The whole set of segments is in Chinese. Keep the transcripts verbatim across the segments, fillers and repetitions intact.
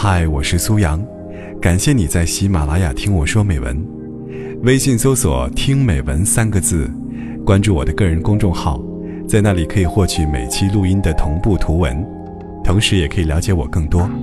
嗨，我是苏阳，感谢你在喜马拉雅听我说美文。微信搜索听美文三个字，关注我的个人公众号，在那里可以获取每期录音的同步图文，同时也可以了解我更多。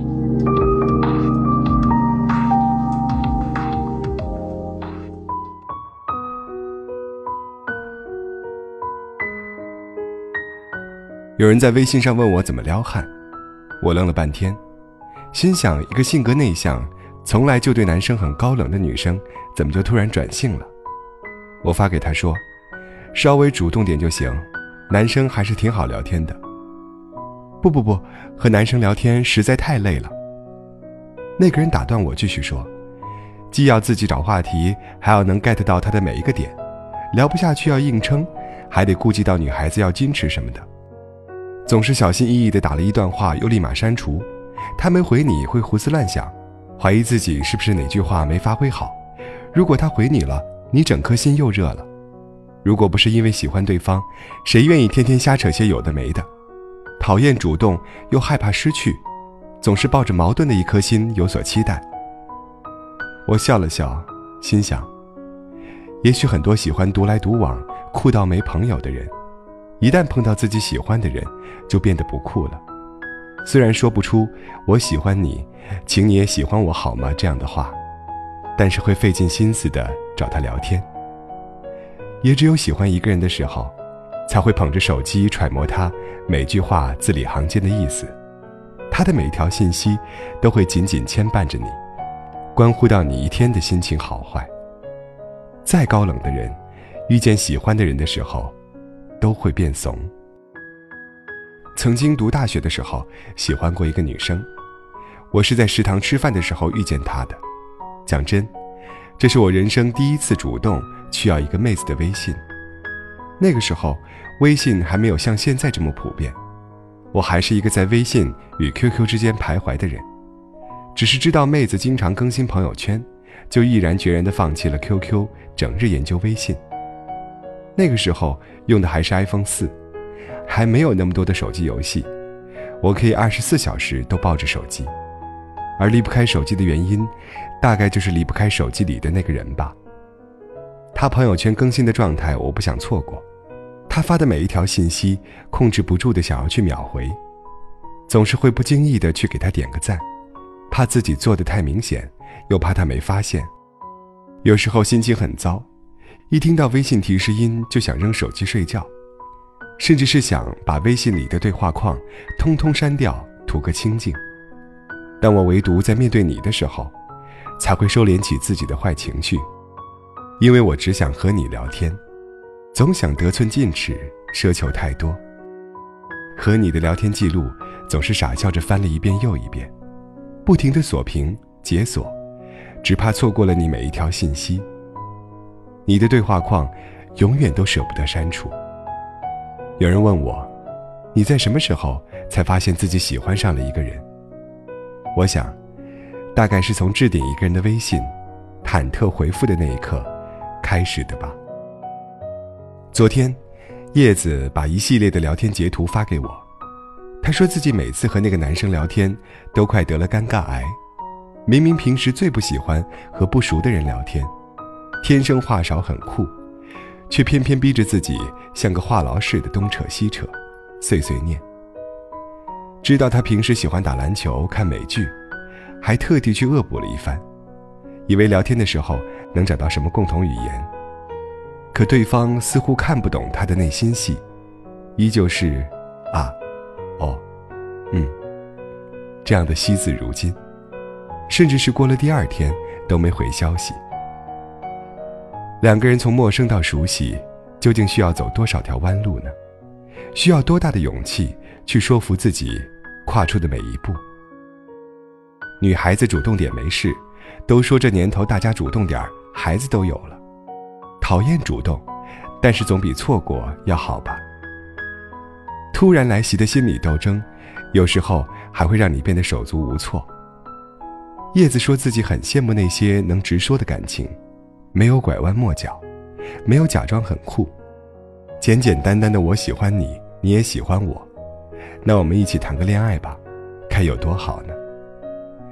有人在微信上问我怎么撩汉，我愣了半天，心想一个性格内向从来就对男生很高冷的女生怎么就突然转性了。我发给他说，稍微主动点就行，男生还是挺好聊天的。不不不，和男生聊天实在太累了。那个人打断我继续说，既要自己找话题，还要能 get 到他的每一个点，聊不下去要硬撑，还得顾及到女孩子要矜持什么的，总是小心翼翼地打了一段话又立马删除。他没回你会胡思乱想，怀疑自己是不是哪句话没发挥好。如果他回你了，你整颗心又热了。如果不是因为喜欢对方，谁愿意天天瞎扯些有的没的？讨厌主动又害怕失去，总是抱着矛盾的一颗心有所期待。我笑了笑，心想，也许很多喜欢独来独往酷到没朋友的人，一旦碰到自己喜欢的人就变得不酷了。虽然说不出我喜欢你，请你也喜欢我好吗这样的话，但是会费尽心思的找他聊天。也只有喜欢一个人的时候，才会捧着手机揣摩他每句话字里行间的意思，他的每一条信息都会紧紧牵绊着你，关乎到你一天的心情好坏。再高冷的人，遇见喜欢的人的时候都会变怂。曾经读大学的时候喜欢过一个女生，我是在食堂吃饭的时候遇见她的。讲真，这是我人生第一次主动去要一个妹子的微信。那个时候微信还没有像现在这么普遍，我还是一个在微信与 Q Q 之间徘徊的人，只是知道妹子经常更新朋友圈，就毅然决然地放弃了 Q Q， 整日研究微信。那个时候用的还是 iPhone 四，还没有那么多的手机游戏，我可以二十四小时都抱着手机。而离不开手机的原因，大概就是离不开手机里的那个人吧。他朋友圈更新的状态我不想错过，他发的每一条信息控制不住的想要去秒回，总是会不经意的去给他点个赞，怕自己做得太明显，又怕他没发现。有时候心情很糟，一听到微信提示音就想扔手机睡觉，甚至是想把微信里的对话框通通删掉，图个清静。但我唯独在面对你的时候，才会收敛起自己的坏情绪，因为我只想和你聊天，总想得寸进尺，奢求太多。和你的聊天记录总是傻笑着翻了一遍又一遍，不停地锁屏解锁，只怕错过了你每一条信息。你的对话框永远都舍不得删除。有人问我，你在什么时候才发现自己喜欢上了一个人？我想，大概是从置顶一个人的微信，忐忑回复的那一刻开始的吧。昨天，叶子把一系列的聊天截图发给我，她说自己每次和那个男生聊天都快得了尴尬癌，明明平时最不喜欢和不熟的人聊天，天生话少很酷，却偏偏逼着自己像个话痨似的东扯西扯，碎碎念。知道他平时喜欢打篮球看美剧，还特地去恶补了一番，以为聊天的时候能找到什么共同语言。可对方似乎看不懂他的内心戏，依旧是啊哦嗯这样的惜字如金，甚至是过了第二天都没回消息。两个人从陌生到熟悉，究竟需要走多少条弯路呢？需要多大的勇气去说服自己跨出的每一步？女孩子主动点没事，都说这年头大家主动点，孩子都有了。讨厌主动，但是总比错过要好吧。突然来袭的心理斗争，有时候还会让你变得手足无措。叶子说自己很羡慕那些能直说的感情，没有拐弯抹角，没有假装很酷，简简单单的我喜欢你，你也喜欢我，那我们一起谈个恋爱吧，看有多好呢？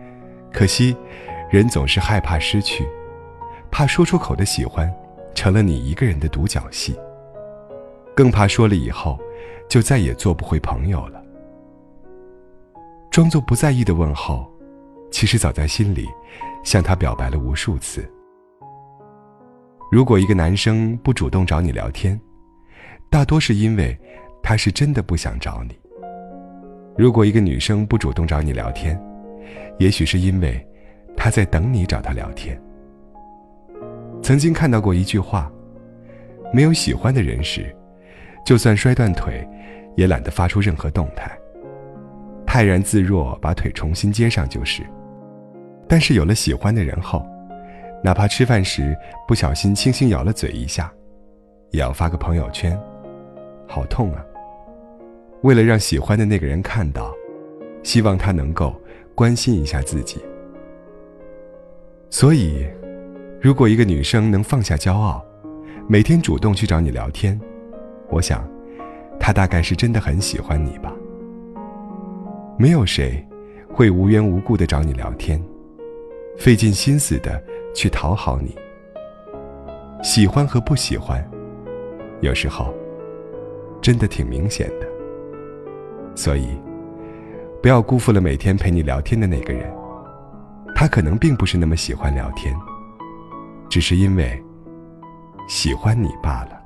可惜，人总是害怕失去，怕说出口的喜欢成了你一个人的独角戏，更怕说了以后就再也做不回朋友了。装作不在意的问候，其实早在心里向他表白了无数次。如果一个男生不主动找你聊天，大多是因为他是真的不想找你。如果一个女生不主动找你聊天，也许是因为她在等你找她聊天。曾经看到过一句话，没有喜欢的人时，就算摔断腿也懒得发出任何动态，泰然自若把腿重新接上就是。但是有了喜欢的人后，哪怕吃饭时不小心轻轻咬了嘴一下，也要发个朋友圈，好痛啊。为了让喜欢的那个人看到，希望他能够关心一下自己。所以如果一个女生能放下骄傲，每天主动去找你聊天，我想她大概是真的很喜欢你吧。没有谁会无缘无故地找你聊天，费尽心思地去讨好你。喜欢和不喜欢，有时候真的挺明显的。所以不要辜负了每天陪你聊天的那个人，他可能并不是那么喜欢聊天，只是因为喜欢你罢了。